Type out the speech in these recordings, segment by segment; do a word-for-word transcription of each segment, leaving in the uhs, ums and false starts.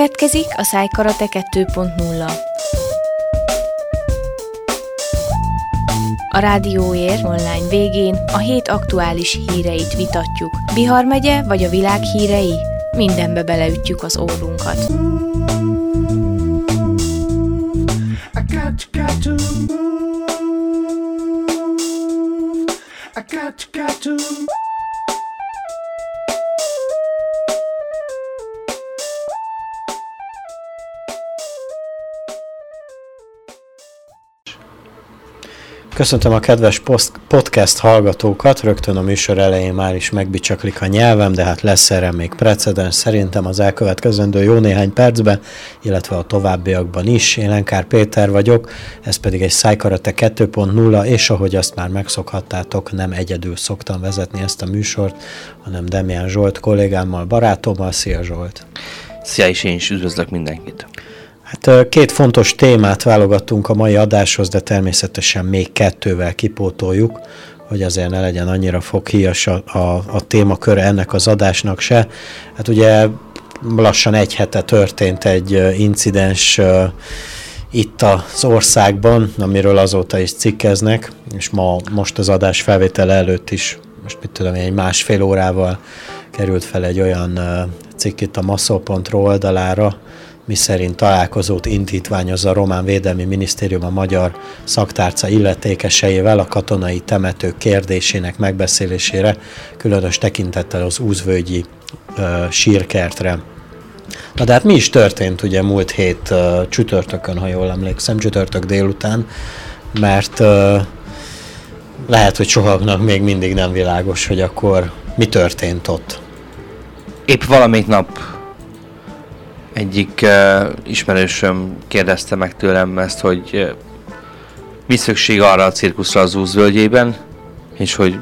Következik a Szájkarate kettő pont nulla. A Rádióér online végén a hét aktuális híreit vitatjuk. Bihar megye vagy a világ hírei? Mindenbe beleütjük az órunkat. Köszöntöm a kedves podcast hallgatókat, rögtön a műsor elején már is megbicsaklik a nyelvem, de hát lesz erre még precedens szerintem az elkövetkezendő jó néhány percben, illetve a továbbiakban is. Én Lenkár Péter vagyok, ez pedig egy Szájkarate kettő pont nulla, és ahogy azt már megszokhattátok, nem egyedül szoktam vezetni ezt a műsort, hanem Demián Zsolt kollégámmal, barátommal. Szia Zsolt! Szia, és én is üdvözlök mindenkit! Hát két fontos témát válogattunk a mai adáshoz, de természetesen még kettővel kipótoljuk, hogy azért ne legyen annyira foghíjas a, a, a témaköre ennek az adásnak se. Hát ugye lassan egy hete történt egy incidens uh, itt az országban, amiről azóta is cikkeznek, és ma, most az adás felvétele előtt is, most mit tudom én, egy másfél órával került fel egy olyan uh, cikk itt a masszol pont ru oldalára, miszerint találkozót indítványoz a Román Védelmi Minisztérium a magyar szaktárca illetékeseivel a katonai temetők kérdésének megbeszélésére, különös tekintettel az Úzvölgyi uh, sírkertre. Na de hát mi is történt ugye múlt hét uh, csütörtökön, ha jól emlékszem, csütörtök délután, mert uh, lehet, hogy sokaknak még mindig nem világos, hogy akkor mi történt ott. Épp valamelyik nap egyik uh, ismerősöm kérdezte meg tőlem ezt, hogy uh, mi szükség arra a cirkuszra az Úzvölgyében, és hogy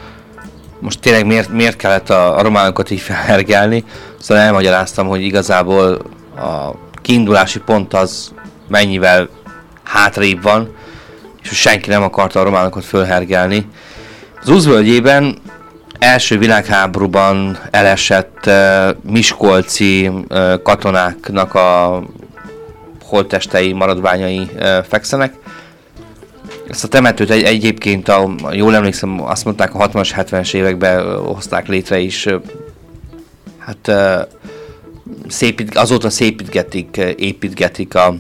most tényleg miért, miért kellett a, a románokat így felhergelni. Szóval elmagyaráztam, hogy igazából a kiindulási pont az mennyivel hátrébb van, és hogy senki nem akarta a románokat felhergelni. Az Úzvölgyében első világháborúban elesett uh, miskolci uh, katonáknak a holttestei, maradványai uh, fekszenek. Ezt a temetőt egy, egyébként, a, jól emlékszem, azt mondták, a hatvanas, hetvenes években uh, hozták létre is. Uh, hát uh, szépít, azóta szépítgetik, uh, építgetik a,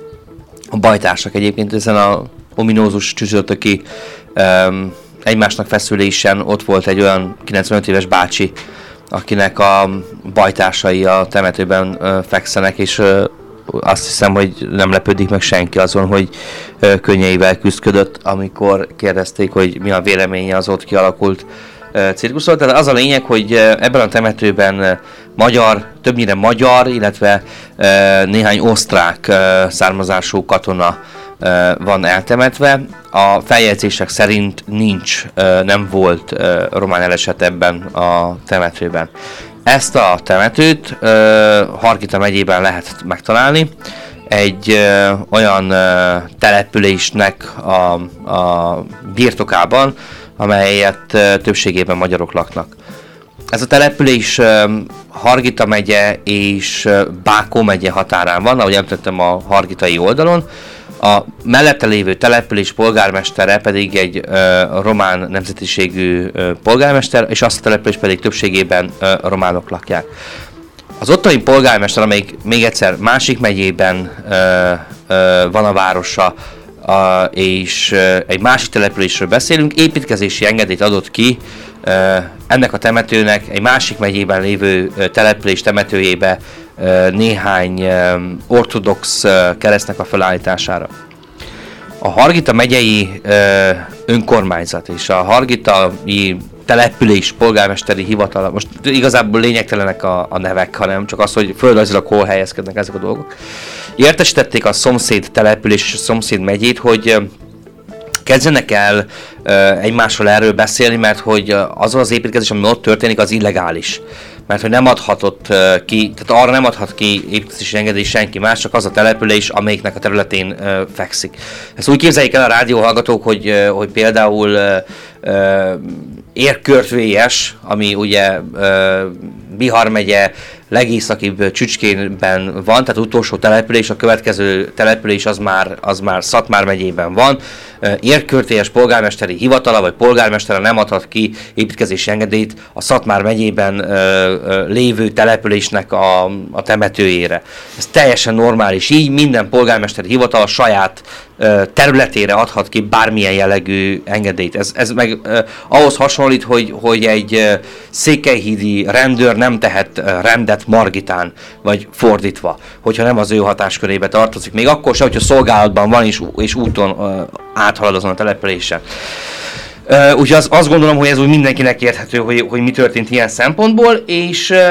a bajtársak egyébként ezen a ominózus csütörtöki um, egymásnak feszülésen. Ott volt egy olyan kilencvenöt éves bácsi, akinek a bajtársai a temetőben ö, fekszenek, és ö, azt hiszem, hogy nem lepődik meg senki azon, hogy ö, könnyeivel küzdködött, amikor kérdezték, hogy mi a véleménye az ott kialakult ö, cirkuszról. Tehát az a lényeg, hogy ö, ebben a temetőben ö, magyar, többnyire magyar, illetve ö, néhány osztrák ö, származású katona van eltemetve. A feljegyzések szerint nincs, nem volt román eleset ebben a temetőben. Ezt a temetőt Hargita megyében lehet megtalálni, egy olyan településnek a, a birtokában, amelyet többségében magyarok laknak. Ez a település Hargita megye és Bákó megye határán van, ahogy említettem, a hargitai oldalon. A mellette lévő település polgármestere pedig egy ö, román nemzetiségű ö, polgármester, és azt a település pedig többségében ö, románok lakják. Az ottani polgármester, amelyik még egyszer másik megyében ö, ö, van a városa, a, és ö, egy másik településről beszélünk, építkezési engedélyt adott ki ö, ennek a temetőnek egy másik megyében lévő ö, település temetőjébe néhány ortodox keresztnek a felállítására. A Hargita megyei önkormányzat és a hargitai település polgármesteri hivatala, most igazából lényegtelenek a, a nevek, hanem csak az, hogy földrajzilag hol helyezkednek ezek a dolgok. Értesítették a szomszéd település és a szomszéd megyét, hogy kezdjenek el uh, egymással erről beszélni, mert hogy az az építkezés, ami ott történik, az illegális. Mert hogy nem adhatott uh, ki, tehát arra nem adhat ki építkezési engedély senki más, csak az a település, amelyiknek a területén uh, fekszik. Ezt úgy képzeljék el a rádióhallgatók, hogy, uh, hogy például uh, uh, Érkörtvélyes, ami ugye uh, Bihar megye legészakibb csücskében van, tehát utolsó település, a következő település az már, az már Szatmár megyében van. Érkörtélyes polgármesteri hivatala vagy polgármestere nem adhat ki építkezési engedélyt a Szatmár megyében ö, ö, lévő településnek a, a temetőjére. Ez teljesen normális. Így minden polgármesteri hivatal a saját ö, területére adhat ki bármilyen jellegű engedélyt. Ez, ez meg ö, ahhoz hasonlít, hogy, hogy egy ö, székelyhídi rendőr nem tehet ö, rendet Margitán, vagy fordítva, hogyha nem az ő hatáskörébe tartozik. Még akkor sem, hogyha szolgálatban van és, és úton ö, áthalad azon a településen. Uh, úgyhogy az, azt gondolom, hogy ez úgy mindenkinek érthető, hogy, hogy mi történt ilyen szempontból, és uh,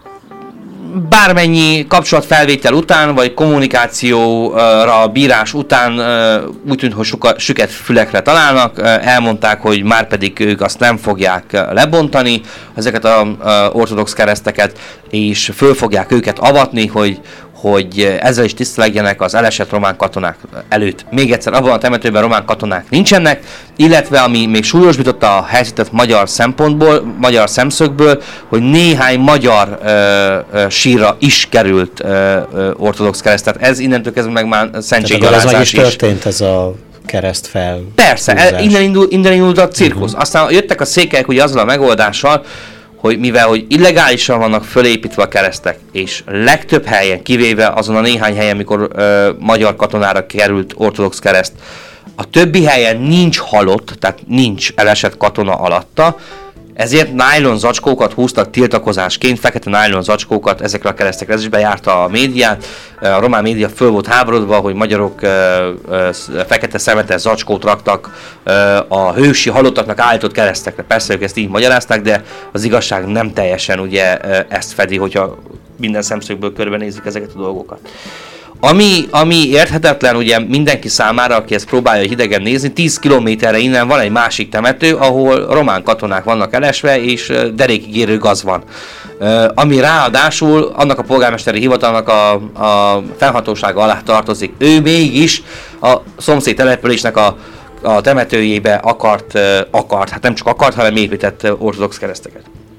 bármennyi kapcsolatfelvétel után, vagy kommunikációra bírás után uh, úgy tűnt, hogy soka, süket fülekre találnak, uh, elmondták, hogy már pedig ők azt nem fogják lebontani, ezeket az uh, ortodox kereszteket, és föl fogják őket avatni, hogy hogy ezzel is tisztelegjenek az elesett román katonák előtt. Még egyszer, abban a temetőben román katonák nincsenek, illetve ami még súlyosbította a helyzetet magyar szempontból, magyar szemszögből, hogy néhány magyar ö, ö, sírra is került ö, ö, ortodox kereszt. Tehát ez innentől kezdve meg már szentséggyalázás is. Ez meg is történt ez a kereszt fel. Persze, el, innen, indul, innen indult a cirkusz. Uh-huh. Aztán jöttek a székelyek ugye azzal a megoldással, hogy mivel hogy illegálisan vannak fölépítve a keresztek, és legtöbb helyen, kivéve azon a néhány helyen, mikor ö, magyar katonára került ortodox kereszt, a többi helyen nincs halott, tehát nincs elesett katona alatta, ezért nylon zacskókat húztak tiltakozásként, fekete nylon zacskókat ezekre a keresztekre. Ez is bejárta a médiát, a román média föl volt háborodva, hogy magyarok ö, ö, fekete szemetes zacskót raktak ö, a hősi halottaknak állított keresztekre. Persze ők ezt így magyarázták, de az igazság nem teljesen ugye ezt fedi, hogyha minden szemszögből körbenézzük ezeket a dolgokat. Ami, ami érthetetlen ugye mindenki számára, aki ezt próbálja hidegen nézni, tíz kilométerre innen van egy másik temető, ahol román katonák vannak elesve, és derékig érő gaz van. Ami ráadásul annak a polgármesteri hivatalnak a, a fennhatósága alá tartozik. Ő mégis a szomszéd településnek a, a temetőjébe akart, akart, hát nem csak akart, hanem épített ortodox kereszteket.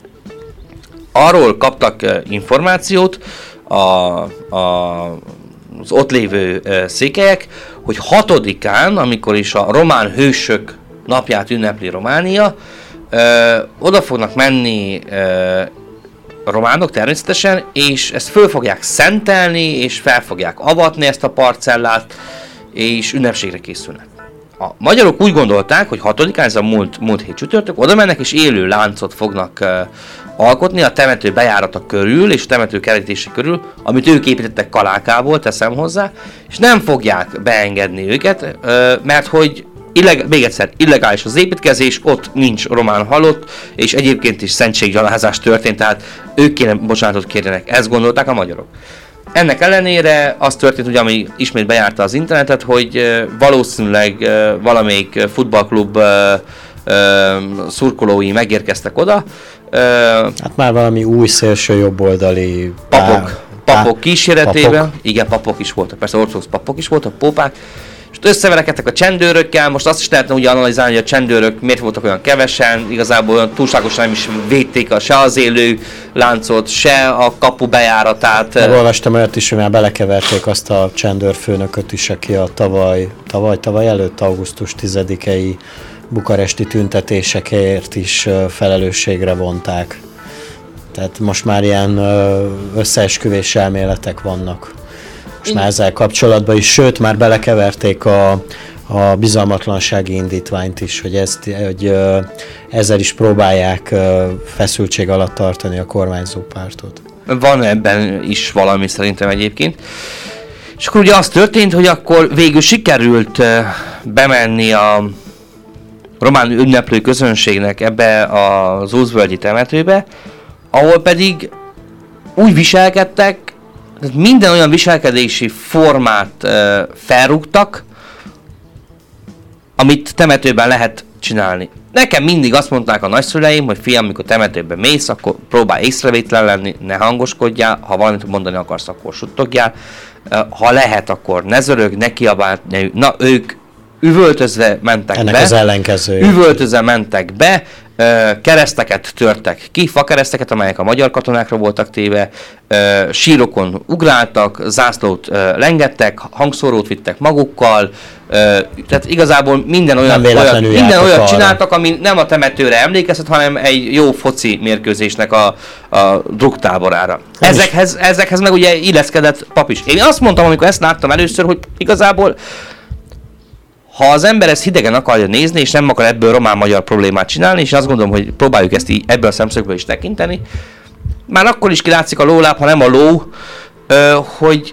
Arról kaptak információt a, a az ott lévő uh, székelyek, hogy hatodikán, amikor is a román hősök napját ünnepli Románia, uh, oda fognak menni uh, a románok természetesen, és ezt föl fogják szentelni, és fel fogják avatni ezt a parcellát, és ünnepségre készülnek. A magyarok úgy gondolták, hogy hatodikán, ez a múlt, múlt hét csütörtök, oda mennek és élő láncot fognak uh, alkotni a temető bejárata körül és temető kerítése körül, amit ők építettek kalákából, teszem hozzá, és nem fogják beengedni őket, uh, mert hogy illeg- még egyszer illegális az építkezés, ott nincs román halott, és egyébként is szentséggyalázás történt, tehát ők kéne bocsánatot kérjenek, ezt gondolták a magyarok. Ennek ellenére az történt, ugye, ami ismét bejárta az internetet, hogy uh, valószínűleg uh, valamelyik futballklub uh, uh, szurkolói megérkeztek oda. Uh, hát már valami új szélső jobboldali papok, papok kíséretében, papok. Igen, papok is voltak, persze ortodox papok is voltak, pópák, és összeverekedtek a csendőrökkel. Most azt is lehetne ugye analizálni, hogy a csendőrök miért voltak olyan kevesen, igazából olyan túlságosan nem is védték a, se az élő láncot, se a kapu bejáratát. Megolvastam olyat is, hogy már belekeverték azt a csendőrfőnököt is, aki a tavaly, tavaly, tavaly előtt augusztus tizedikei bukaresti tüntetésekért is felelősségre vonták. Tehát most már ilyen összeesküvés elméletek vannak. Most már ezzel kapcsolatban is, sőt, már belekeverték a, a bizalmatlansági indítványt is, hogy, ezt, hogy ezzel is próbálják feszültség alatt tartani a kormányzó pártot. Van ebben is valami szerintem egyébként. És akkor ugye az történt, hogy akkor végül sikerült bemenni a román ünneplő közönségnek ebbe az Úszvölgyi temetőbe, ahol pedig úgy viselkedtek, minden olyan viselkedési formát uh, felrúgtak, amit temetőben lehet csinálni. Nekem mindig azt mondták a nagyszüleim, hogy fiam, amikor temetőbe mész, akkor próbálj észrevétlen lenni, ne hangoskodjál, ha valamit mondani akarsz, akkor suttogjál, uh, ha lehet, akkor ne zörög, ne kiabáld, ne... Na, ők üvöltözve mentek ennek be. Az ellenkező. Üvöltözve mentek be, kereszteket törtek ki, fakereszteket, amelyek a magyar katonákra voltak téve, sírokon ugráltak, zászlót lengettek, hangszórót vittek magukkal, tehát igazából minden olyan, olyan, minden olyat csináltak, ami nem a temetőre emlékeztet, hanem egy jó foci mérkőzésnek a, a druktáborára. Ezekhez, ezekhez meg ugye illeszkedett pap is. Én azt mondtam, amikor ezt láttam először, hogy igazából ha az ember ezt hidegen akarja nézni, és nem akar ebből román-magyar problémát csinálni, és azt gondolom, hogy próbáljuk ezt így ebből a szemszögből is tekinteni, már akkor is kilátszik a lóláb, ha nem a ló, hogy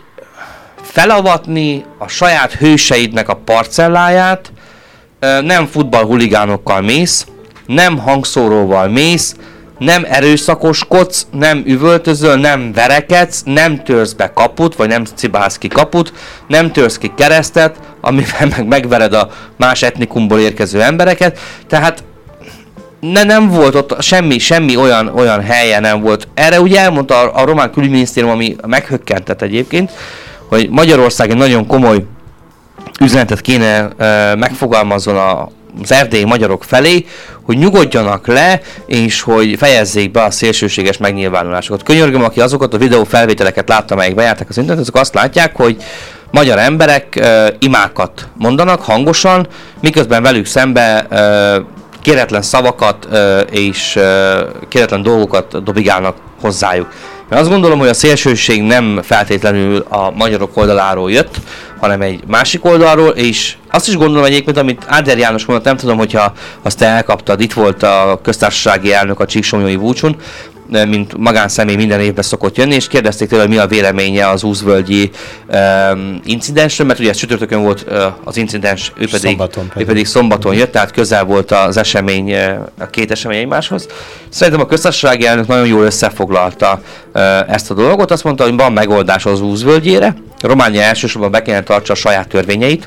felavatni a saját hőseidnek a parcelláját, nem futballhuligánokkal mész, nem hangszóróval mész, nem erőszakoskodsz, nem üvöltözöl, nem verekedsz, nem törsz be kaput, vagy nem cibálsz ki kaput, nem törsz ki keresztet, amivel meg megvered a más etnikumból érkező embereket. Tehát ne, nem volt ott semmi, semmi olyan, olyan helye nem volt. Erre ugye elmondta a, a román külügyminisztérium, ami meghökkentett egyébként, hogy Magyarország egy nagyon komoly üzenetet kéne e, megfogalmazzon a az erdélyi magyarok felé, hogy nyugodjanak le, és hogy fejezzék be a szélsőséges megnyilvánulásokat. Könyörgöm, aki azokat a videó felvételeket látta, amelyek bejártak az internetet, azok azt látják, hogy magyar emberek uh, imákat mondanak hangosan, miközben velük szembe uh, kéretlen szavakat uh, és uh, kéretlen dolgokat dobigálnak hozzájuk. Én azt gondolom, hogy a szélsőség nem feltétlenül a magyarok oldaláról jött, hanem egy másik oldalról, és azt is gondolom egyébként, amit Áder János mondott, nem tudom, hogyha azt te elkaptad, itt volt a köztársasági elnök a Csíksomlyói búcson, mint magánszemély minden évben szokott jönni, és kérdezték tőle, hogy mi a véleménye az úszvölgyi um, incidensről, mert ugye ez csütörtökön volt uh, az incidens, ő pedig, szombaton pedig. ő pedig szombaton jött, tehát közel volt az esemény, uh, a két esemény egymáshoz. Szerintem a köztársasági elnök nagyon jól összefoglalta uh, ezt a dolgot, azt mondta, hogy van megoldás az úszvölgyére, Románia elsősorban be kéne tartsa a saját törvényeit,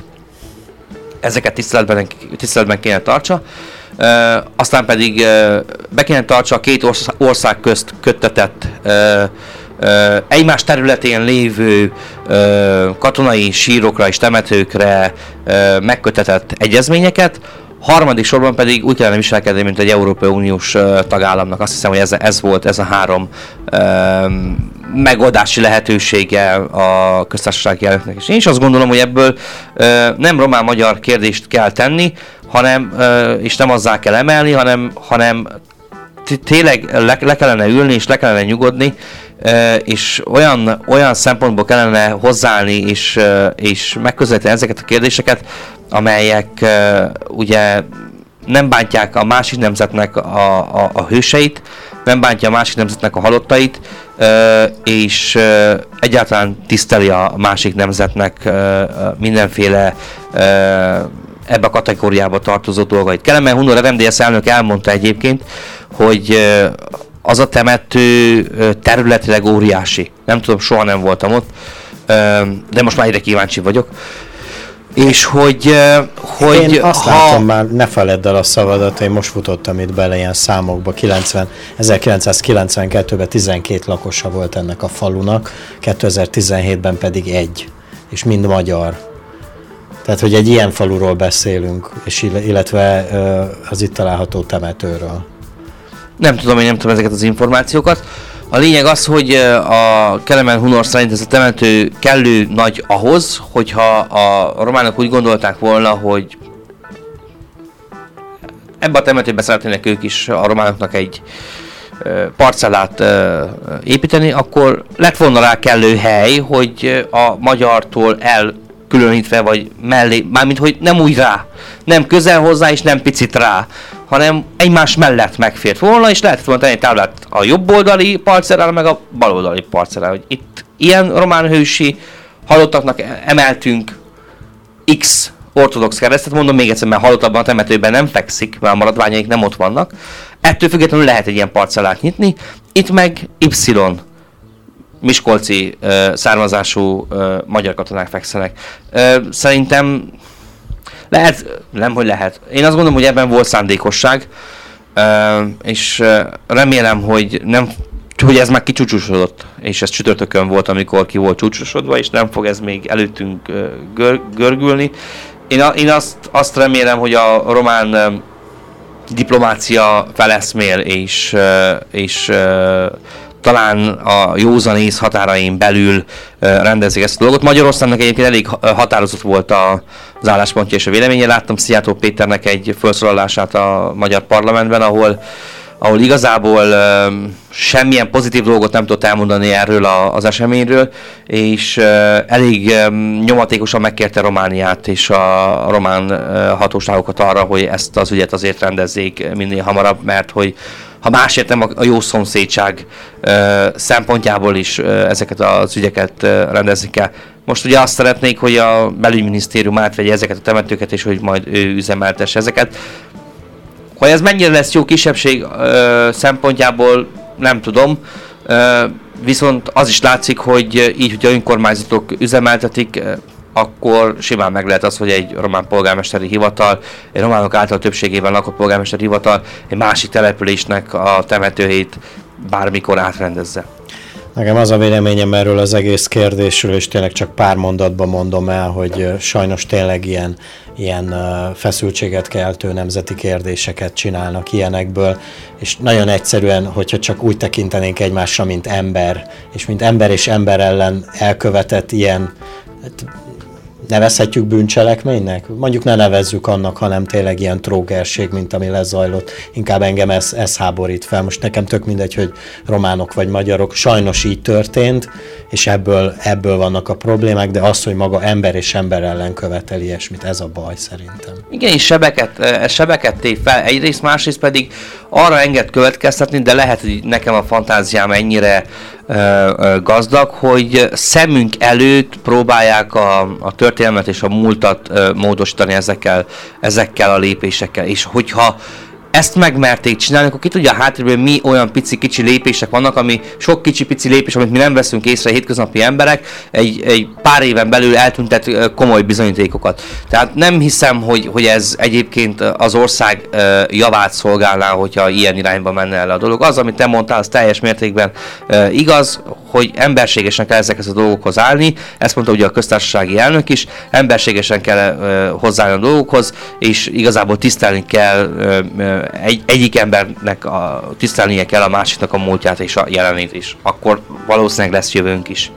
ezeket tiszteletben, tiszteletben kéne tartsa, Uh, aztán pedig uh, be kéne tartsa a két ország, ország közt köttetett uh, uh, egymás területén lévő uh, katonai sírokra és temetőkre uh, megkötetett egyezményeket, harmadik sorban pedig úgy kellene viselkedni, mint egy Európai Uniós uh, tagállamnak. Azt hiszem, hogy ez, ez volt ez a három uh, megoldási lehetősége a köztársasági elnöknek. És én is azt gondolom, hogy ebből uh, nem román-magyar kérdést kell tenni, hanem, uh, és nem azzá kell emelni, hanem, hanem tényleg le, le kellene ülni, és le kellene nyugodni, uh, és olyan, olyan szempontból kellene hozzáállni, és, uh, és megközelíteni ezeket a kérdéseket, amelyek uh, ugye nem bántják a másik nemzetnek a, a, a hőseit, nem bántja a másik nemzetnek a halottait, uh, és uh, egyáltalán tiszteli a másik nemzetnek uh, mindenféle uh, ebbe a kategóriába tartozó dolgait. Kelemen Hunor, er em dé es elnök elmondta egyébként, hogy uh, az a temető uh, területileg óriási. Nem tudom, soha nem voltam ott, uh, de most már egyre kíváncsi vagyok. És hogy... hogy én azt ha... látom már, ne feledd el a szavadat, én most futottam itt bele ilyen számokba, kilencven, ezerkilencszázkilencvenkettőben tizenkét lakosa volt ennek a falunak, kétezer-tizenhétben pedig egy, és mind magyar. Tehát, hogy egy ilyen faluról beszélünk, és illetve az itt található temetőről. Nem tudom, én nem tudom ezeket az információkat. A lényeg az, hogy a Kelemen Hunor szerint ez a temető kellő nagy ahhoz, hogyha a románok úgy gondolták volna, hogy ebbe a temetőbe szeretnének ők is a románoknak egy parcellát építeni, akkor lett volna rá kellő hely, hogy a magyartól elkülönítve, vagy mellé, mármint hogy nem úgy rá, nem közel hozzá és nem picit rá, hanem egymás mellett megfért volna, és lehetett volna tenni egy táblát a jobb oldali parcellára, meg a bal oldali parcellára, hogy itt ilyen román hősi halottaknak emeltünk X ortodox keresztet, mondom még egyszer, mert halottabban a temetőben nem fekszik, mert a maradványaik nem ott vannak. Ettől függetlenül lehet egy ilyen parcellát nyitni, itt meg Y miskolci uh, származású uh, magyar katonák fekszenek. Uh, szerintem lehet, nem hogy lehet. Én azt gondolom, hogy ebben volt szándékosság, uh, és uh, remélem, hogy nem, hogy ez már kicsúcsosodott, és ez csütörtökön volt, amikor ki volt csúcsosodva, és nem fog ez még előttünk uh, gör, görgülni. Én, a, én azt, azt remélem, hogy a román uh, diplomácia feleszmél, és, és talán a józanész határain belül rendezik ezt a dolgot. Magyarországnak egyébként elég határozott volt az álláspontja és a véleménye. Láttam Szijjártó Péternek egy felszólalását a magyar parlamentben, ahol ahol igazából uh, semmilyen pozitív dolgot nem tudott elmondani erről a, az eseményről, és uh, elég um, nyomatékosan megkérte Romániát és a, a román uh, hatóságokat arra, hogy ezt az ügyet azért rendezzék minél hamarabb, mert hogy ha másért nem a, a jó szomszédság uh, szempontjából is uh, ezeket az ügyeket uh, rendezni kell. Most ugye azt szeretnék, hogy a belügyminisztérium átvegye ezeket a temetőket, és hogy majd ő üzemeltesse ezeket. Hogy ez mennyire lesz jó kisebbség ö, szempontjából, nem tudom, ö, viszont az is látszik, hogy így, hogy a önkormányzatok üzemeltetik, ö, akkor simán meg lehet az, hogy egy román polgármesteri hivatal, egy románok által többségében lakott polgármesteri hivatal egy másik településnek a temetőhelyét bármikor átrendezze. Nekem az a véleményem erről az egész kérdésről, és tényleg csak pár mondatban mondom el, hogy sajnos tényleg ilyen, ilyen feszültséget keltő nemzeti kérdéseket csinálnak ilyenekből, és nagyon egyszerűen, hogyha csak úgy tekintenénk egymásra, mint ember, és mint ember és ember ellen elkövetett ilyen, nevezhetjük bűncselekménynek? Mondjuk ne nevezzük annak, hanem tényleg ilyen trógerség, mint ami lezajlott. Inkább engem ez, ez háborít fel. Most nekem tök mindegy, hogy románok vagy magyarok. Sajnos így történt, és ebből, ebből vannak a problémák, de az, hogy maga ember és ember ellen követel ilyesmit, ez a baj szerintem. Igen, és sebeket, ez sebeket tép fel egyrészt, másrészt pedig arra enged következtetni, de lehet, hogy nekem a fantáziám ennyire gazdag, hogy szemünk előtt próbálják a, a történelmet és a múltat módosítani ezekkel, ezekkel a lépésekkel. És hogyha ezt megmerték csinálni, akkor ki tudja a háttérben, mi olyan pici-kicsi lépések vannak, ami sok kicsi-pici lépés, amit mi nem veszünk észre, hétköznapi emberek, egy, egy pár éven belül eltüntet komoly bizonyítékokat. Tehát nem hiszem, hogy, hogy ez egyébként az ország javát szolgálná, hogyha ilyen irányba menne el a dolog. Az, amit te mondtál, az teljes mértékben igaz, hogy emberségesen kell ezekhez a dolgokhoz állni, ezt mondta ugye a köztársasági elnök is, emberségesen kell hozzáállni a dolgokhoz, és igazából tisztelni kell Egy, egyik embernek a, tisztelnie kell a másiknak a múltját és a jelenét is. Akkor valószínűleg lesz jövőnk is.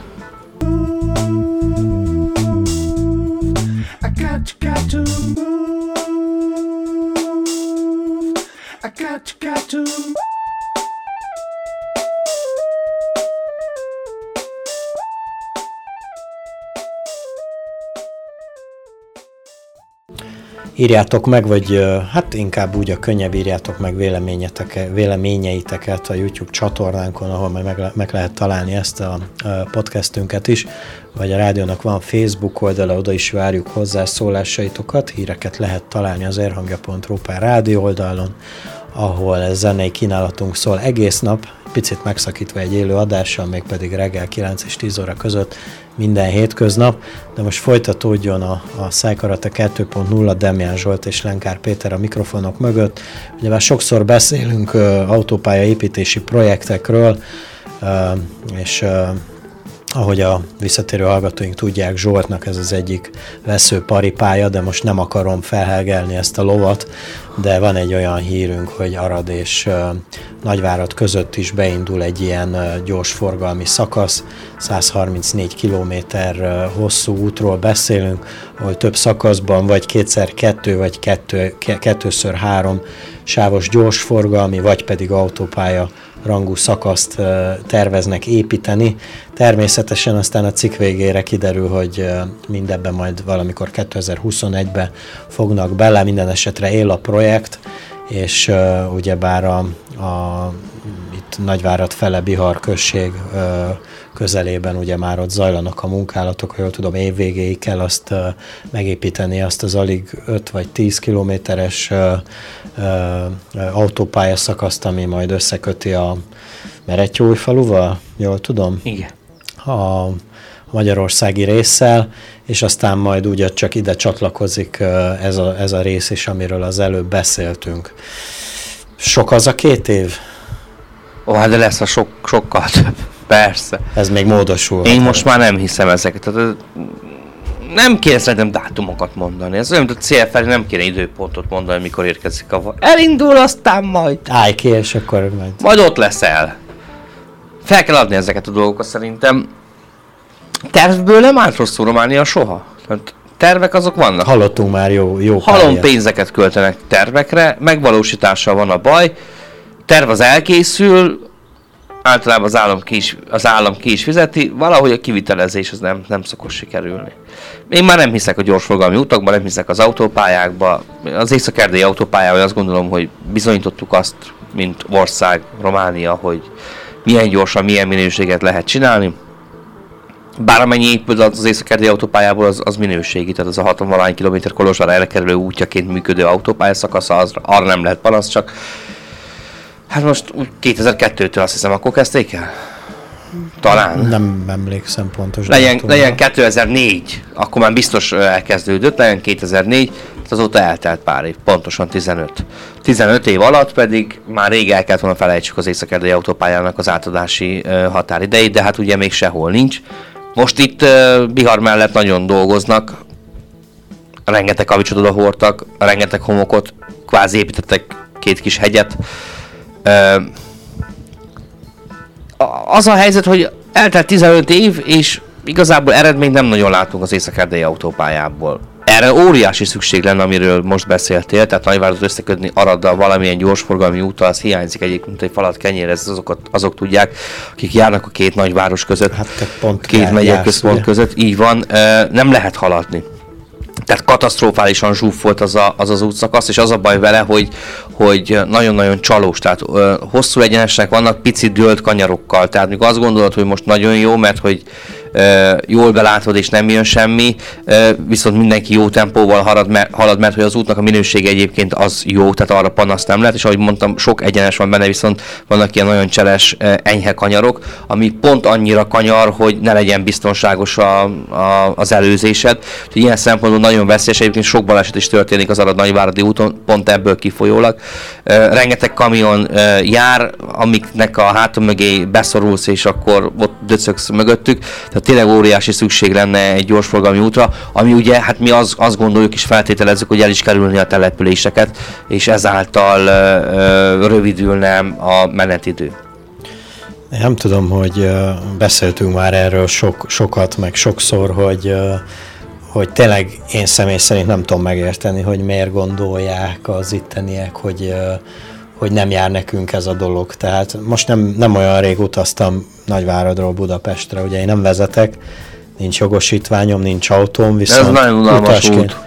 Írjátok meg, vagy hát inkább úgy a könnyebb írjátok meg véleményeiteket a YouTube csatornánkon, ahol majd meg, le, meg lehet találni ezt a podcastünket is, vagy a rádiónak van Facebook oldala, oda is várjuk hozzászólásaitokat, híreket lehet találni az érhangja pont ru per rádió oldalon, ahol zenei kínálatunk szól egész nap, picit megszakítva egy élő adással, még pedig reggel kilenc és tíz óra között minden hétköznap, de most folytatódjon a, a Szájkarate kettő pont nulla, Demján Zsolt és Lenkár Péter a mikrofonok mögött. Ugye már sokszor beszélünk uh, autópálya építési projektekről, uh, és uh, ahogy a visszatérő hallgatóink tudják, Zsoltnak ez az egyik veszőparipája, de most nem akarom felhelgelni ezt a lovat, de van egy olyan hírünk, hogy Arad és uh, Nagyvárad között is beindul egy ilyen uh, gyorsforgalmi szakasz, száz harmincnégy kilométer uh, hosszú útról beszélünk, ahol több szakaszban vagy kétszer kettő, vagy kettő, ke- kettőször három sávos gyorsforgalmi, vagy pedig autópálya rangú szakaszt uh, terveznek építeni. Természetesen aztán a cikk végére kiderül, hogy uh, mindebben majd valamikor kétezer-huszonegyben fognak bele, minden esetre él a projekt, és uh, ugyebár a, a, itt Nagyvárad fele Bihar község uh, közelében ugye már ott zajlanak a munkálatok, ha jól tudom, évvégéig kell azt uh, megépíteni, azt az alig öt vagy tíz kilométeres uh, uh, autópályaszakaszt, ami majd összeköti a Meretyóújfaluval, jól tudom? Igen. A magyarországi résszel, és aztán majd ugye csak ide csatlakozik uh, ez a, ez a rész is, amiről az előbb beszéltünk. Sok az a két év? Ó, hát de lesz a sok, sokkal több. Persze. Ez még módosul. Én most már nem hiszem ezeket. Tehát, nem kéne szerintem dátumokat mondani. Ez olyan, mint a cél felé nem kéne időpontot mondani, mikor érkezik a vaj. Elindul, aztán majd. Állj ki, és akkor majd. Majd ott leszel. Fel kell adni ezeket a dolgokat szerintem. Tervből nem állt rosszul Románia soha. Tervek azok vannak. Hallottunk már jó, jó Halom pályát. pénzeket költenek tervekre, megvalósítással van a baj. Terv az elkészül, általában az állam ki is, az állam ki is fizeti, valahogy a kivitelezés az nem, nem szokott sikerülni. Én már nem hiszek a gyorsforgalmi utakban, nem hiszek az autópályákba. Az észak-erdélyi autópályával azt gondolom, hogy bizonyítottuk azt, mint ország, Románia, hogy milyen gyorsan, milyen minőséget lehet csinálni. Bármennyi épült az észak-erdélyi autópályából, az, az minőségi, tehát az a hatvan kilométer Kolozsvárra elkerülő útjaként működő autópályaszakasza, az, arra nem lehet panasz, csak hát most kétezer-kettőtől azt hiszem, akkor kezdték el? Talán. Nem emlékszem pontos. Legyen, legyen kétezer-négy, akkor már biztos elkezdődött, legyen kétezer-négy, azóta eltelt pár év, pontosan tizenöt. tizenöt év alatt pedig már rég el kellett volna felejtsük az észak-erdélyi autópályának az átadási uh, határidejét, de hát ugye még sehol nincs. Most itt uh, Bihar mellett nagyon dolgoznak, rengeteg kavicsot oda hordtak, rengeteg homokot, kvázi építettek két kis hegyet. Uh, az a helyzet, hogy eltelt tizenöt év, és igazából eredményt nem nagyon látunk az észak-erdélyi autópályából. Erre óriási szükség lenne, amiről most beszéltél, tehát Nagyváradot összekötni Araddal valamilyen gyorsforgalmi úttal, az hiányzik egyébként, egy falat kenyér, ez azokat, azok tudják, akik járnak a két nagyváros között, hát te pont két megyek központ között, így van, nem lehet haladni. Tehát katasztrofálisan zsúfolt az, a, az az útszakasz, és az a baj vele, hogy, hogy nagyon-nagyon csalós, tehát ö, hosszú egyenesek vannak, pici dőlt kanyarokkal, tehát mikor azt gondolod, hogy most nagyon jó, mert hogy ö, jól belátod és nem jön semmi, ö, viszont mindenki jó tempóval halad mert, halad, mert hogy az útnak a minősége egyébként az jó, tehát arra panasz nem lehet, és ahogy mondtam, sok egyenes van benne, viszont vannak ilyen nagyon cseles, ö, enyhe kanyarok, ami pont annyira kanyar, hogy ne legyen biztonságos a, a, az előzésed. Úgyhogy ilyen szempontból nagyon veszélyes, egyébként sok baleset is történik az Arad-Nagyváradi úton, pont ebből kifolyólag. Uh, rengeteg kamion uh, jár, amiknek a hátam mögé beszorulsz, és akkor ott döcögsz mögöttük. Tehát tényleg óriási szükség lenne egy gyorsforgalmi útra, ami ugye, hát mi az, azt gondoljuk és feltételezzük, hogy el is kerülni a településeket, és ezáltal uh, uh, rövidülne a menetidő. Nem tudom, hogy uh, beszéltünk már erről sok, sokat, meg sokszor, hogy uh, hogy tényleg én személy szerint nem tudom megérteni, hogy miért gondolják az itteniek, hogy, hogy nem jár nekünk ez a dolog. Tehát most nem, nem olyan rég utaztam Nagyváradról Budapestre, ugye én nem vezetek, nincs jogosítványom, nincs autóm, viszont ez nagyon unalmas utasként... út.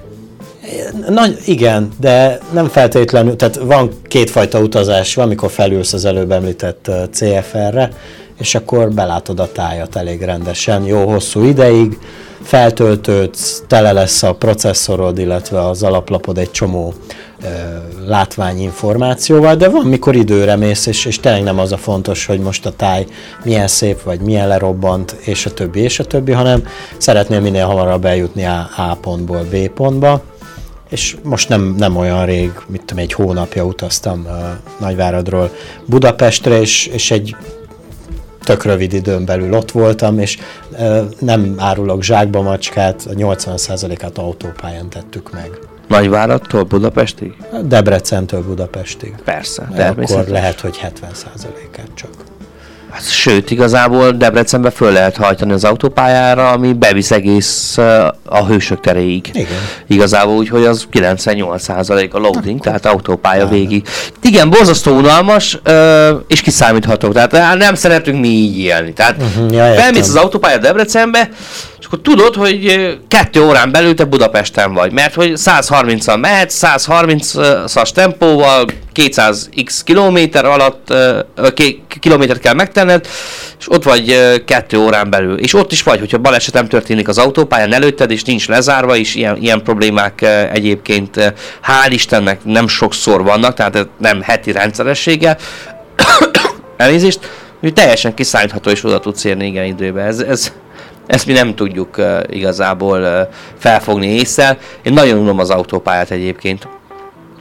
Nagy, igen, de nem feltétlenül, tehát van kétfajta utazás, van, amikor felülsz az előbb említett cé ef er-re, és akkor belátod a tájat elég rendesen, jó hosszú ideig, feltöltődsz, tele lesz a processzorod, illetve az alaplapod egy csomó ö, látványinformációval, de van, mikor időre mész, és, és tényleg nem az a fontos, hogy most a táj milyen szép, vagy milyen lerobbant, és a többi, és a többi, hanem szeretnél minél hamarabb eljutni A, A pontból B pontba, és most nem, nem olyan rég, mit tudom, egy hónapja utaztam uh, Nagyváradról Budapestre, és, és egy tök rövid időn belül ott voltam, és uh, nem árulok zsákba macskát, a nyolcvan százalékát autópályán tettük meg. Nagyváradtól Budapestig? Debrecentől Budapestig. Persze, természetesen. Akkor lehet, hogy hetven százalékát csak. Hát, sőt, igazából Debrecenbe föl lehet hajtani az autópályára, ami bevisz egész uh, a Hősök teréig. Igen. Igazából úgyhogy az kilencvennyolc százalék a loading, akkor tehát autópálya Áll. végig. Igen, borzasztó unalmas, uh, és kiszámítható. Tehát nem szeretünk mi így élni. Tehát uh-huh, ja, felmész az autópálya Debrecenbe, és akkor tudod, hogy kettő órán belül te Budapesten vagy, mert hogy száz harminccal mehetsz, száz harmincas tempóval, kétszáz x kilométer alatt, kilométert kell megtenned, és ott vagy kettő órán belül. És ott is vagy, hogyha balesetem történik az autópályán előtted, és nincs lezárva, és ilyen, ilyen problémák egyébként hál' Istennek nem sokszor vannak, tehát nem heti rendszerességgel. Elnézést, hogy teljesen kiszállítható, és oda tudsz érni igen időben. Ez, ez, ezt mi nem tudjuk uh, igazából uh, felfogni észre. Én nagyon unom az autópályát egyébként.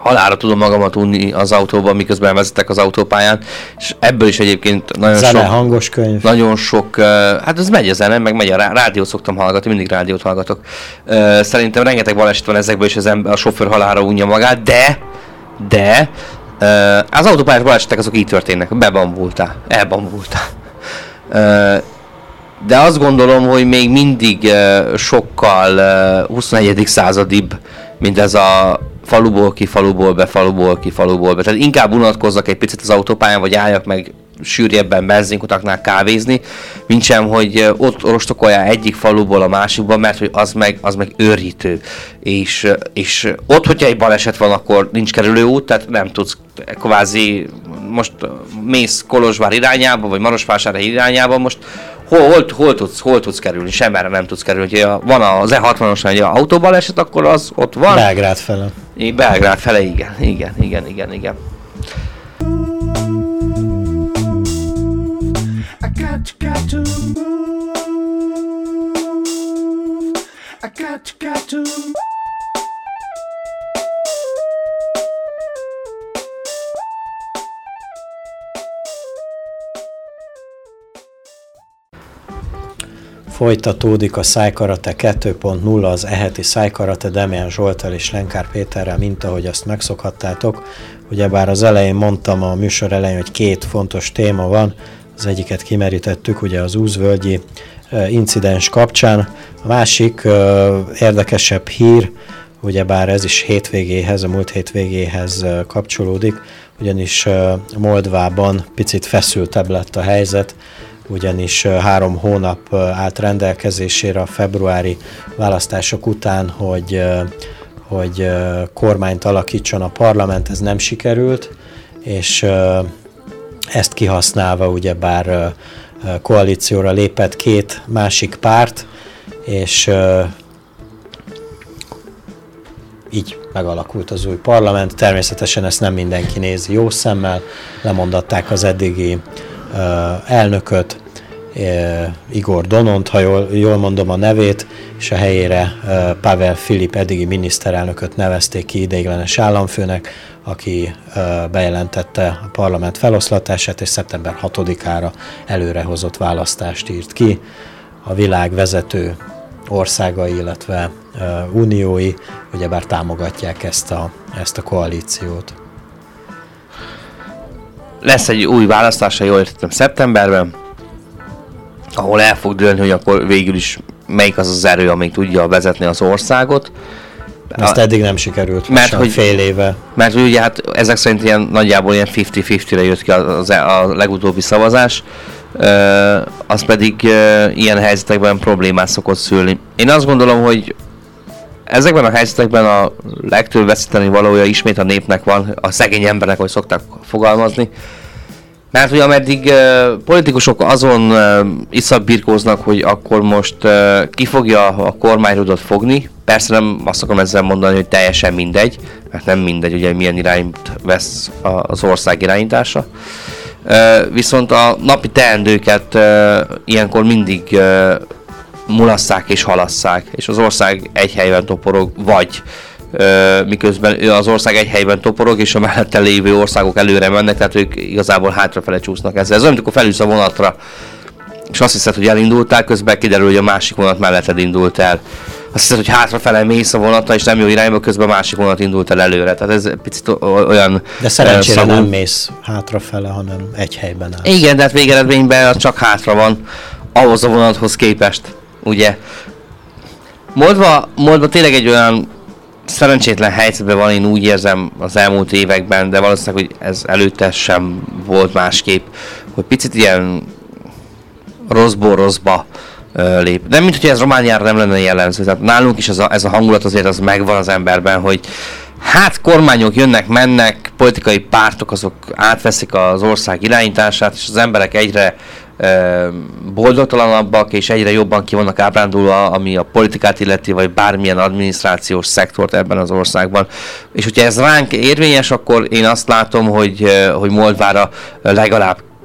halálra tudom magamat unni az autóban, miközben vezetek az autópályán, és ebből is egyébként nagyon zene, sok... hangos könyv. Nagyon sok, uh, hát ez megy a zene, meg megy a rá, rádiót szoktam hallgatni, mindig rádiót hallgatok. Uh, szerintem rengeteg baleset van ezekből, és az ember, a sofőr halálra unja magát, de, de uh, az autópályás balesetek azok így történnek, bebambultál, elbambultál. Uh, de azt gondolom, hogy még mindig uh, sokkal uh, huszonegyedik századibb, mint ez a faluból ki, faluból be, faluból ki, faluból be. Tehát inkább unatkozzak egy picit az autópályán, vagy álljak meg sűrűbben benzinkutaknál kávézni, mint sem, hogy ott rostokoljál egyik faluból a másikba, mert hogy az meg, az meg őrítő. És, és ott, hogyha egy baleset van, akkor nincs kerülőút, tehát nem tudsz kvázi, most mész Kolozsvár irányába, vagy Marosvásárhely irányába, most hol, hol, hol, tudsz, hol tudsz kerülni, semmerre nem tudsz kerülni. Ha van az E hatvanos egy autóbaleset, akkor az ott van. Belgrád fele. Belgrád fele, igen, igen, igen, igen, igen. got, got to move. I got, got to move. Folytatódik a Szájkarate kettő pont nulla, az eheti Szájkarate Demján Zsolttal és Lenkár Péterrel, mint ahogy azt megszokhattátok. Ugyebár az elején mondtam a műsor elején, hogy két fontos téma van, az egyiket kimerítettük, ugye az Úzvölgyi incidens kapcsán. A másik érdekesebb hír, ugyebár ez is hétvégéhez, a múlt hétvégéhez kapcsolódik, ugyanis Moldvában picit feszültebb lett a helyzet, ugyanis három hónap állt rendelkezésére a februári választások után, hogy, hogy kormányt alakítson a parlament, ez nem sikerült, és ezt kihasználva ugyebár koalícióra lépett két másik párt, és így megalakult az új parlament. Természetesen ezt nem mindenki nézi jó szemmel, lemondatták az eddigi elnököt, Igor Donont, ha jól, jól mondom a nevét, és a helyére Pavel Filip eddigi miniszterelnököt nevezték ki ideiglenes államfőnek, aki bejelentette a parlament feloszlatását, és szeptember hatodikára előrehozott választást írt ki. A világ vezető országai, illetve uniói ugyebár támogatják ezt a, ezt a koalíciót. Lesz egy új választás, ha jól értettem, szeptemberben, ahol el fog dőlni, hogy akkor végül is melyik az az erő, amelyik tudja vezetni az országot. Ezt eddig nem sikerült, mert hogy, fél éve. Mert ugye hát ezek szerint ilyen, nagyjából ilyen ötven-ötvenre jött ki az, a legutóbbi szavazás, uh, az pedig uh, ilyen helyzetekben problémát szokott szülni. Én azt gondolom, hogy ezekben a helyzetekben a legtöbb veszíteni valója ismét a népnek van, a szegény embernek, ahogy szokták fogalmazni. Mert ugye ameddig uh, politikusok azon uh, iszapbirkóznak, hogy akkor most uh, ki fogja a kormányrudat fogni, persze nem azt akarom ezzel mondani, hogy teljesen mindegy, mert nem mindegy, ugye milyen irányt vesz az ország irányítása. Uh, viszont a napi teendőket uh, ilyenkor mindig uh, mulasszák és halasszák, és az ország egy helyben toporog, vagy uh, miközben az ország egy helyben toporog, és a mellette lévő országok előre mennek, tehát ők igazából hátrafele csúsznak ezzel. Ez olyan, amikor felülsz a vonatra, és azt hiszed, hogy elindultál, közben kiderül, hogy a másik vonat melletted indult el. Azt hiszed, hogy hátrafele mész a vonatra, és nem jó irányba, közben a másik vonat indult el előre. Tehát ez picit olyan... De szerencsére szagú. Nem mész hátrafele, hanem egy helyben állsz. Igen, de hát végeredményben csak hátra van ahhoz a vonathoz képest, ugye. Moldva, Moldva tényleg egy olyan szerencsétlen helyzetben van, én úgy érzem az elmúlt években, de valószínűleg, hogy ez előtte sem volt másképp, hogy picit ilyen rosszból rosszba uh, lép. Nem, mint hogy ez Romániára nem lenne jellemző. Tehát nálunk is ez a, ez a hangulat azért az megvan az emberben, hogy hát kormányok jönnek, mennek, politikai pártok azok átveszik az ország irányítását, és az emberek egyre uh, boldogtalanabbak, és egyre jobban ki vannak ábrándulva, ami a politikát illeti, vagy bármilyen adminisztrációs szektort ebben az országban. És hogyha ez ránk érvényes, akkor én azt látom, hogy, uh, hogy Moldvára legalább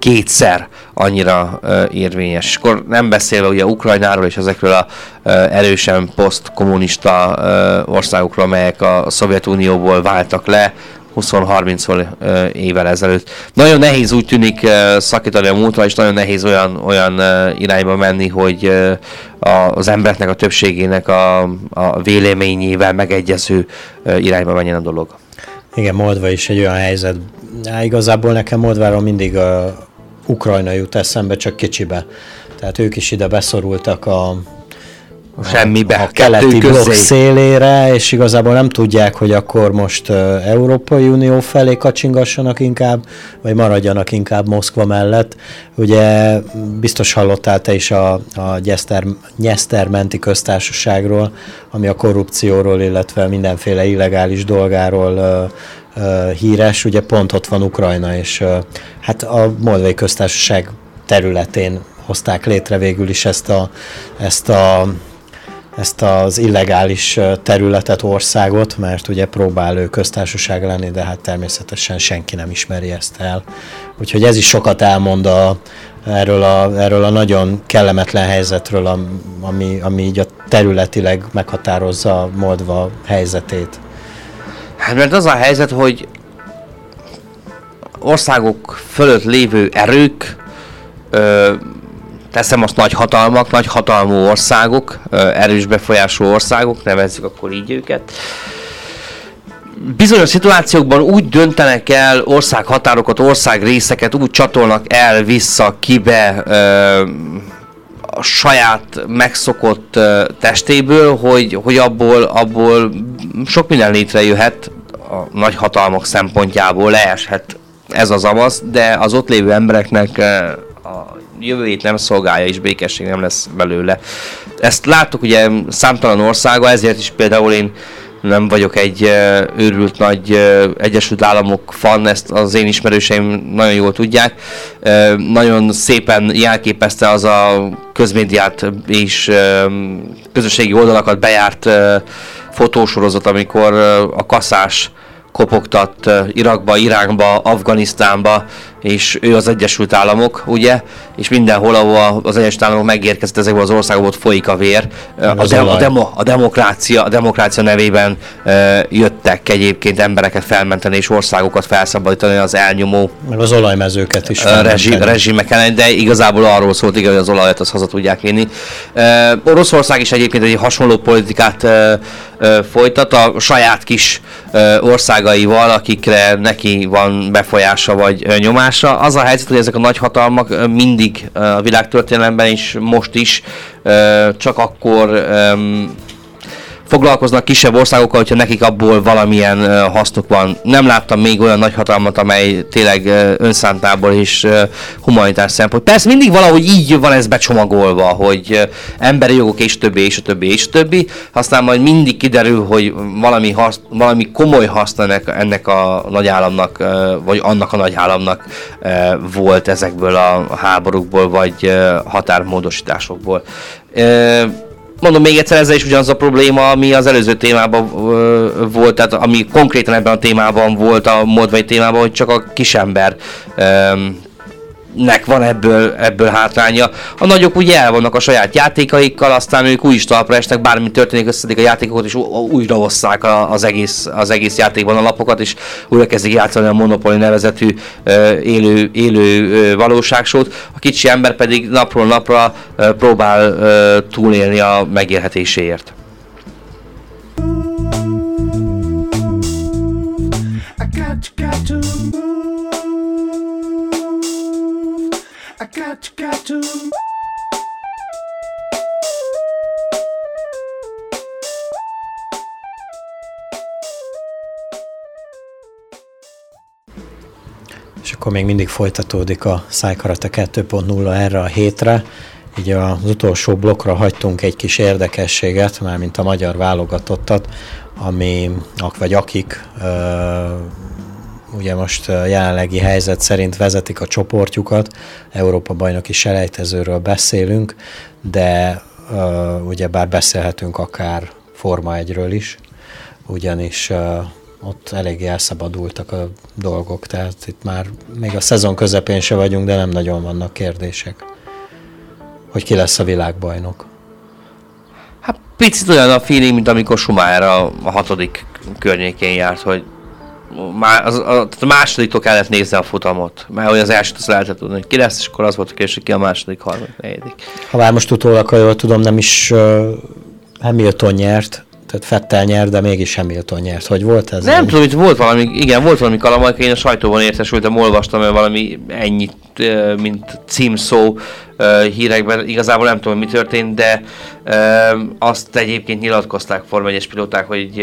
kétszer annyira uh, érvényes. És akkor nem beszélve ugye Ukrajnáról és ezekről a uh, erősen posztkommunista uh, országokról, amelyek a Szovjetunióból váltak le húsz-harminc uh, évvel ezelőtt. Nagyon nehéz úgy tűnik uh, szakítani a múltra, és nagyon nehéz olyan, olyan uh, irányba menni, hogy uh, a, az embereknek a többségének a, a véleményével megegyező uh, irányba menjen a dolog. Igen, Moldva is egy olyan helyzet. Há, igazából nekem Moldváról mindig a Ukrajna jut eszembe, csak kicsibe. Tehát ők is ide beszorultak a, a, Semmibe, a keleti blokk szélére, és igazából nem tudják, hogy akkor most uh, Európai Unió felé kacsingassanak inkább, vagy maradjanak inkább Moszkva mellett. Ugye biztos hallottál te is a, a Nyeszter, Nyesztermenti köztársaságról, ami a korrupcióról, illetve mindenféle illegális dolgáról uh, uh, híres. Ugye pont ott van Ukrajna, és uh, hát a Moldvai köztársaság területén hozták létre végül is ezt a, ezt a ezt az illegális területet, országot, mert ugye próbál ő köztársaság lenni, de hát természetesen senki nem ismeri ezt el. Úgyhogy ez is sokat elmond a, erről, a, erről a nagyon kellemetlen helyzetről, ami, ami így a területileg meghatározza a Moldva helyzetét. Hát mert az a helyzet, hogy országok fölött lévő erők, ö, teszem azt nagy hatalmak, nagy hatalmú országok, erős befolyású országok, nevezzük akkor így őket. Bizonyos szituációkban úgy döntenek el országhatárokat, országrészeket, úgy csatolnak el vissza kibe a saját megszokott testéből, hogy, hogy abból, abból sok minden létrejöhet a nagy hatalmak szempontjából, leeshet ez az avasz, de az ott lévő embereknek a jövőjét nem szolgálja, és békesség nem lesz belőle. Ezt láttuk ugye számtalan országa, ezért is például én nem vagyok egy uh, őrült nagy uh, Egyesült Államok fan, ezt az én ismerőseim nagyon jól tudják. Uh, nagyon szépen jelképezte az a közmédiát és uh, közösségi oldalakat bejárt uh, fotósorozat, amikor uh, a kaszás kopogtat Irakba, Iránba, Afganisztánba, és ő az Egyesült Államok, ugye? És mindenhol, ahol az Egyesült Államok megérkezett ezekből az országokból, folyik a vér. A, de, a, demo, a, demokrácia, a demokrácia nevében uh, jöttek egyébként embereket felmenteni és országokat felszabadítani az elnyomó meg az olajmezőket is uh, rezsi, rezsimek ellen, de igazából arról szólt, igen, hogy az olajat azt haza tudják vinni. Uh, Oroszország is egyébként egy hasonló politikát uh, uh, folytat a saját kis uh, országaival, akikre neki van befolyása vagy uh, nyomás. Az a helyzet, hogy ezek a nagyhatalmak mindig a világtörténelemben is, most is csak akkor um, foglalkoznak kisebb országokkal, hogyha nekik abból valamilyen uh, hasznuk van. Nem láttam még olyan nagyhatalmat, amely tényleg uh, önszántából és uh, humanitás szempont. Persze mindig valahogy így van ez becsomagolva, hogy uh, emberi jogok és többi, és a többi, és a többi. Aztán majd mindig kiderül, hogy valami, hasz, valami komoly haszna ennek, ennek a nagyállamnak, uh, vagy annak a nagyállamnak uh, volt ezekből a háborúkból, vagy uh, határmódosításokból. Uh, Mondom még egyszer, ezzel is ugyanaz a probléma, ami az előző témában ö, volt, tehát ami konkrétan ebben a témában volt, a moldvai témában, hogy csak a kisember ö, nek van ebből, ebből hátránya. A nagyok ugye el vannak a saját játékaikkal, aztán ők új is talpra esnek, bármi történik, összedik a játékokat, és újra hosszák az egész, az egész játékban a lapokat, és újra kezdik játszani a Monopoly nevezetű élő, élő valóságsót. A kicsi ember pedig napról napra próbál túlélni a megélhetéséért. I got, got to. És akkor még mindig folytatódik a Szájkarate kettő pont nulla erre a hétre. Így az utolsó blokkra hagytunk egy kis érdekességet, mármint a magyar válogatottat, ami, vagy akik ugye most jelenlegi helyzet szerint vezetik a csoportjukat, Európa-bajnoki selejtezőről beszélünk, de uh, ugyebár beszélhetünk akár Forma egyről is, ugyanis uh, ott eléggé elszabadultak a dolgok, tehát itt már még a szezon közepén se vagyunk, de nem nagyon vannak kérdések, hogy ki lesz a világbajnok. Hát picit olyan a feeling, mint amikor Schumacher a, a hatodik környékén járt, hogy Má, az, a, a másodiktól kellett nézni a futamot, mert hogy az elsőt azt lehetett tudni, hogy ki lesz, és akkor az volt a kérdés, hogy ki a második, harmadik, negyedik. Ha már most utólag, ha jól tudom, nem is uh, Hamilton nyert, tehát Vettel nyert, de mégis Hamilton nyert. Hogy volt ez? Nem tudom, hogy volt valami, igen, volt valami kalamajka, én a sajtóban értesültem, olvastam el valami ennyit, mint címszó hírekben, igazából nem tudom, mi történt, de azt egyébként nyilatkozták Forma egyes pilóták, hogy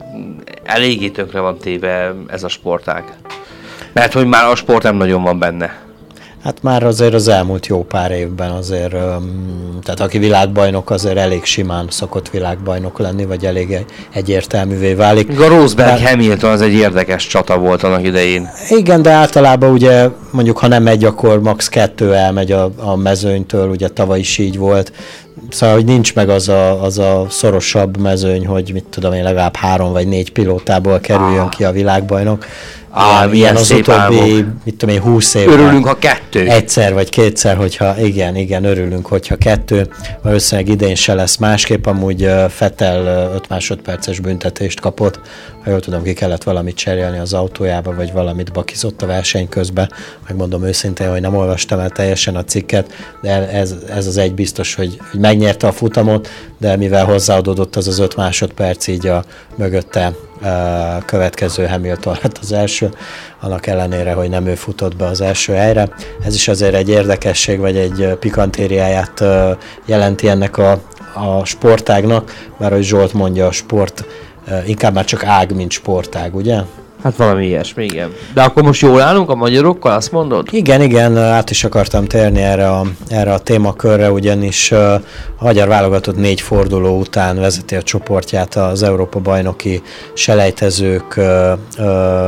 eléggé tönkre van téve ez a sportág. Mert hogy már a sport nem nagyon van benne. Hát már azért az elmúlt jó pár évben azért, tehát aki világbajnok, azért elég simán szokott világbajnok lenni, vagy elég egyértelművé válik. A Rosberg Bár... Hamilton az egy érdekes csata volt annak idején. Igen, de általában ugye mondjuk ha nem megy, akkor max. kettő elmegy a, a mezőnytől, ugye tavaly is így volt. Szóval, hogy nincs meg az a, az a szorosabb mezőny, hogy mit tudom én, legalább három vagy négy pilótából kerüljön ah. ki a világbajnok. Á, ilyen, ilyen az utóbbi, álmok. mit tudom én, húsz évben. Örülünk, ha kettő. Egyszer vagy kétszer, hogyha, igen, igen, örülünk, hogyha kettő. Valószínűleg idén se lesz másképp, amúgy Vettel öt másodperces büntetést kapott. Ha jól tudom, ki kellett valamit cserélni az autójába, vagy valamit bakizott a verseny közben. Megmondom őszintén, hogy nem olvastam el teljesen a cikket, de ez, ez az egy biztos, hogy, hogy megnyerte a futamot, de mivel hozzáadódott az az öt másodperc, így a mögötte a következő Hamilton lett az első, annak ellenére, hogy nem ő futott be az első helyre. Ez is azért egy érdekesség, vagy egy pikantériáját jelenti ennek a, a sportágnak, mert ahogy Zsolt mondja, a sport inkább már csak ág, mint sportág, ugye? Hát valami ilyesmi, igen. De akkor most jól állunk a magyarokkal, azt mondod? Igen, igen, át is akartam térni erre a, erre a témakörre, ugyanis a magyar válogatott négy forduló után vezeti a csoportját az Európa-bajnoki selejtezők ö, ö,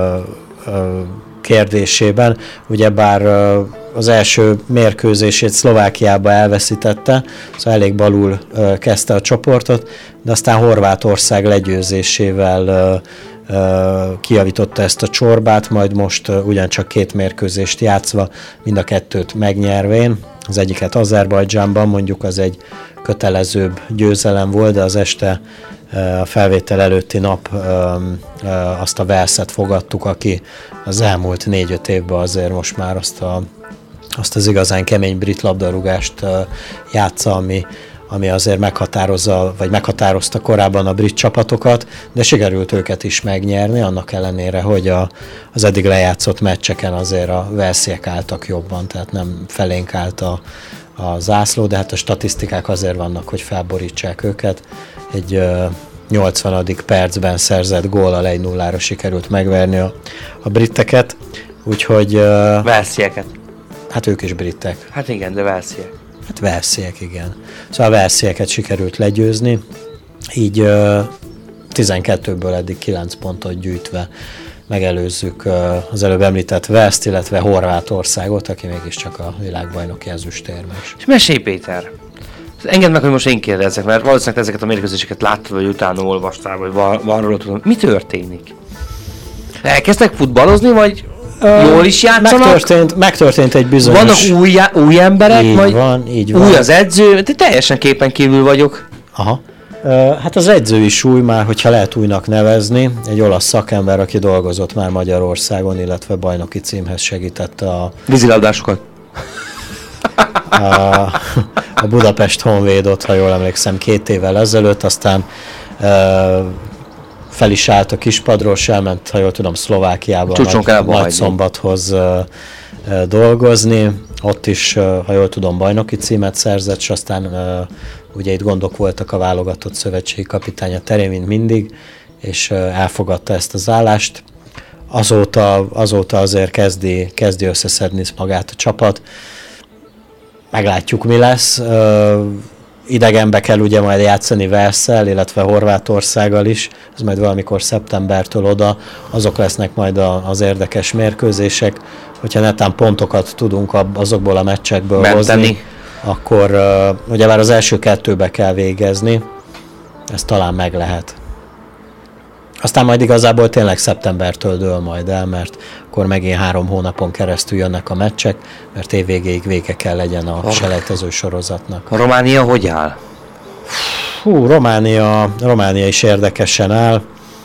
ö, kérdésében. Ugyebár ö, az első mérkőzését Szlovákiába elveszítette, szóval elég balul ö, kezdte a csoportot, de aztán Horvátország legyőzésével ö, kijavította ezt a csorbát, majd most ugyancsak két mérkőzést játszva, mind a kettőt megnyervén. Az egyiket Azerbajdzsánban, mondjuk az egy kötelezőbb győzelem volt, de az este a felvétel előtti nap azt a Walest fogadtuk, aki az elmúlt négy-öt évben azért most már azt, a, azt az igazán kemény brit labdarúgást játsza, ami ami azért meghatározza, vagy meghatározta korábban a brit csapatokat, de sikerült őket is megnyerni, annak ellenére, hogy a, az eddig lejátszott meccseken azért a walesiek álltak jobban, tehát nem felénk állt a, a zászló, de hát a statisztikák azért vannak, hogy felborítsák őket. Egy uh, nyolcvanadik percben szerzett góllal egy nullára sikerült megverni a, a briteket, úgyhogy... Uh, walesieket. Hát ők is britek. Hát igen, de walesiek. Hát walesiek, igen. Szóval a walesieket sikerült legyőzni, így uh, tizenkettőből eddig kilenc pontot gyűjtve megelőzzük uh, az előbb említett Walest, illetve Horvátországot, aki mégiscsak a világbajnoki ezüstérmes. És mesélj, Péter! Engedd meg, hogy most én kérdezzek, mert valószínűleg ezeket a mérkőzéseket láttad, vagy utána olvastál, vagy van, van róla tudom. Mi történik? Elkezdtek futballozni, vagy jól is játszanak? Megtörtént, megtörtént egy bizonyos... Vannak új, új emberek, így vagy van, így van. Új az edző? De teljesen képen kívül vagyok. Aha. Uh, hát az edző is új már, hogyha lehet újnak nevezni. Egy olasz szakember, aki dolgozott már Magyarországon, illetve bajnoki címhez segített a... Vízilabdásokat. A, a Budapest Honvédot, ha jól emlékszem, két évvel ezelőtt, aztán uh, fel is állt a kispadról, és elment, ha jól tudom, Szlovákiába, Nagy, Nagyszombathoz uh, uh, dolgozni. Ott is, uh, ha jól tudom, bajnoki címet szerzett, és aztán uh, ugye itt gondok voltak a válogatott szövetségi kapitánya terén, mint mindig, és uh, elfogadta ezt az állást. Azóta, azóta azért kezdi, kezdi összeszedni magát a csapat. Meglátjuk, mi lesz. Uh, idegenbe kell ugye majd játszani Walesszel, illetve Horvátországgal is. Ez majd valamikor szeptembertől oda. Azok lesznek majd a, az érdekes mérkőzések. Hogyha netán pontokat tudunk azokból a meccsekből Menteni. hozni, akkor uh, ugye már az első kettőbe kell végezni. Ez talán meg lehet. Aztán majd igazából tényleg szeptembertől dől majd el, mert akkor megint három hónapon keresztül jönnek a meccsek, mert évvégéig vége kell legyen a oh. selejtező sorozatnak. A Románia hogy áll? Hú, Románia, Románia is érdekesen áll.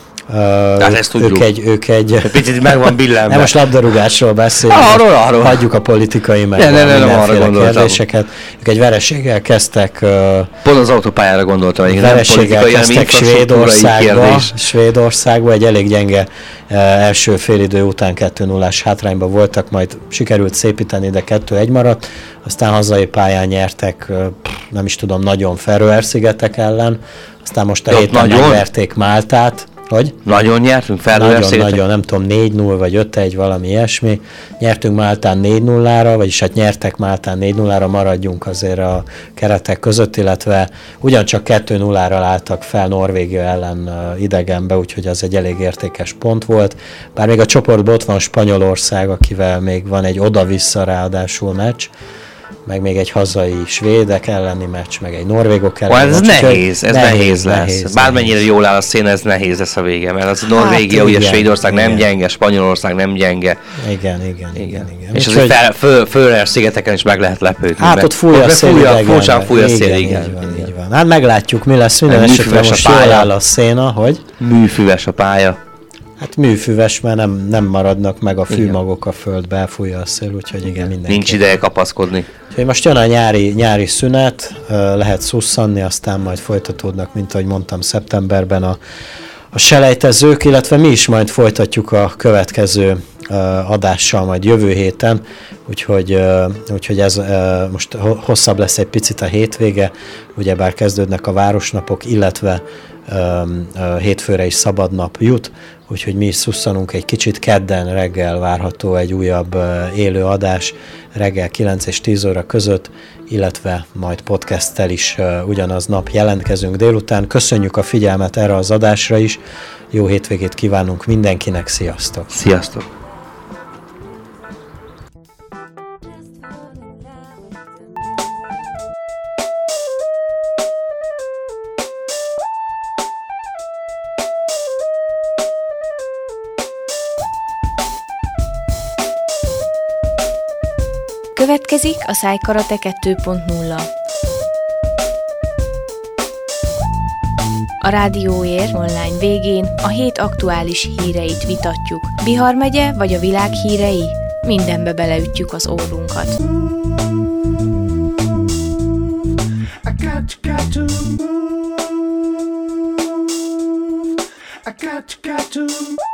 Hát ezt tudjuk. Ők egy, ők egy... Picit meg van billenve. Nem, most labdarúgásról beszélünk. Arról, arról. Hagyjuk a politikai meg ne, ne, ne, mindenféle kérdéseket. Ők egy vereséggel kezdtek... Pont az autópályára gondoltam. Egy vereséggel kezdtek Svédországba. Svédországba egy elég gyenge első félidő után kettő nullás hátrányban voltak, majd sikerült szépíteni, de kettő egy maradt. Aztán hazai pályán nyertek, nem is tudom, nagyon Feröer-szigetek ellen. Aztán most a héten megverték Máltát. Hogy? Nagyon nyertünk, Nagyon, nagyon, nem tudom, négy null vagy öt egy, valami ilyesmi. Nyertünk Máltán négy nullára, vagyis hát nyertek Máltán négy nullára, maradjunk azért a keretek között, illetve ugyancsak kettő nullára álltak fel Norvégia ellen idegenbe, úgyhogy az egy elég értékes pont volt. Bár még a csoportban ott van Spanyolország, akivel még van egy oda-vissza ráadásul meccs, meg még egy hazai svédek elleni meccs, meg egy norvégok elleni meccs. Ez meccs, nehéz, ez nehéz, nehéz lesz. Nehéz, Bármennyire nehéz. Jól áll a szín, ez nehéz lesz a vége, mert az Norvégia, hát, ugye igen, Svédország igen. nem gyenge, Spanyolország nem gyenge. Igen, igen, igen. igen, igen. És azért fel, föl, föl szigeteken is meg lehet lepődni. Hát ott fúj a szél idegen. Fúcsán fúj a szél, igen. Így van, így van. Hát meglátjuk, mi lesz. Minden esetre most jól áll a széna, hogy? Műfüves a pálya. Hát műfüves, mert nem, nem maradnak meg a fűmagok a földbe, elfújja a szél, úgyhogy igen, mindenki. Nincs ideje kapaszkodni. Úgyhogy most jön a nyári, nyári szünet, lehet szusszanni, aztán majd folytatódnak, mint ahogy mondtam, szeptemberben a, a selejtezők, illetve mi is majd folytatjuk a következő adással majd jövő héten, úgyhogy, úgyhogy ez most hosszabb lesz egy picit a hétvége, ugyebár kezdődnek a városnapok, illetve hétfőre is szabadnap jut, úgyhogy mi is szusszanunk egy kicsit. Kedden reggel várható egy újabb élő adás, reggel kilenc és tíz óra között, illetve majd podcasttel is ugyanaz nap jelentkezünk délután. Köszönjük a figyelmet erre az adásra is, jó hétvégét kívánunk mindenkinek, sziasztok! Sziasztok! Következik a Szájkarate kettő pont nulla. A Rádióér online végén a hét aktuális híreit vitatjuk. Bihar megye vagy a világ hírei? Mindenbe beleütjük az órunkat. I got, got to move. I got, got to